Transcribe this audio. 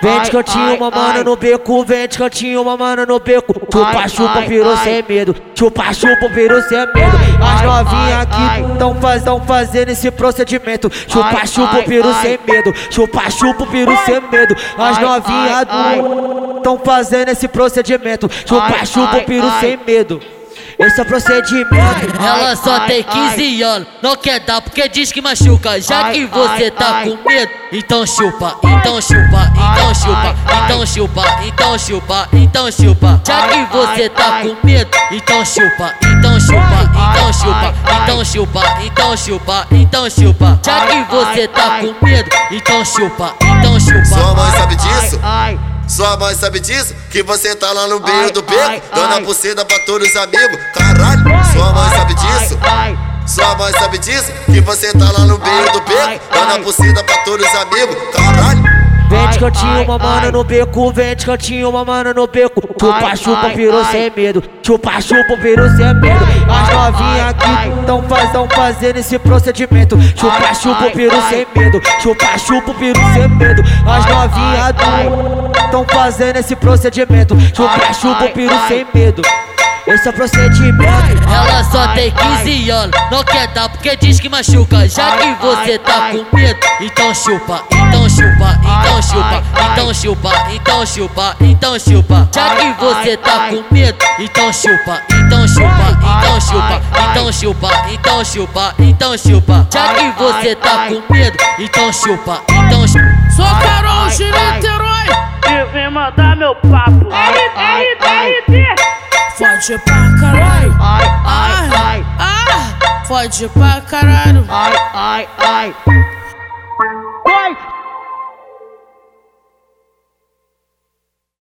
Vem de cantinho, mamando no beco, vem de cantinho, mamando no beco. Chupa, chupa, virou sem medo. Chupa, chupa, virou sem medo. As novinhas aqui tão fazendo esse procedimento. Chupa, chupa, virou sem medo. Chupa, chupa, virou sem medo. As novinhas tão fazendo esse procedimento. Chupa, chupa, virou sem medo. Esse é o procedimento. Ela só tem 15 anos, não quer dar porque diz que machuca. Já que você tá com medo, então chupa, então chupa, então chupa, então chupa, então chupa, então chupa. Já que você tá com medo, então chupa, então chupa, então chupa, então chupa, então chupa, então chupa. Já que você tá com medo, então chupa, então chupa. Sua mãe sabe disso? Sua mãe sabe disso? Que você tá lá no meio do beco, dando a buceta pra todos os amigos. Caralho, sua mãe sabe disso? Sua mãe sabe disso? Que você tá lá no meio do beco, dando a buceta pra todos os amigos. Caralho. Vem de cantinho, mamando no beco, vem de cantinho, mamando no beco. Chupa, chupa, virou sem medo. Chupa, chupa, virou sem medo. As novinhas aqui tão fazendo esse procedimento. Chupa, chupa, virou sem medo. Chupa, chupa, virou sem medo. As novinhas tão fazendo esse procedimento. Chupa, chupa, virou sem medo. Esse é o procedimento. Ela só tem 15 anos, não quer dar porque diz que machuca. Já que você tá com medo, então chupa, então chupa, então chupa, então chupa, então chupa, então chupa. Já que você tá com medo, então chupa, então chupa, então chupa, então chupa, então chupa, então chupa. Já que você tá com medo, então chupa, então chupa. Sou Carol de Niterói e vem mandar meu papo. RT. Fode pra caralho, fode pra caralho.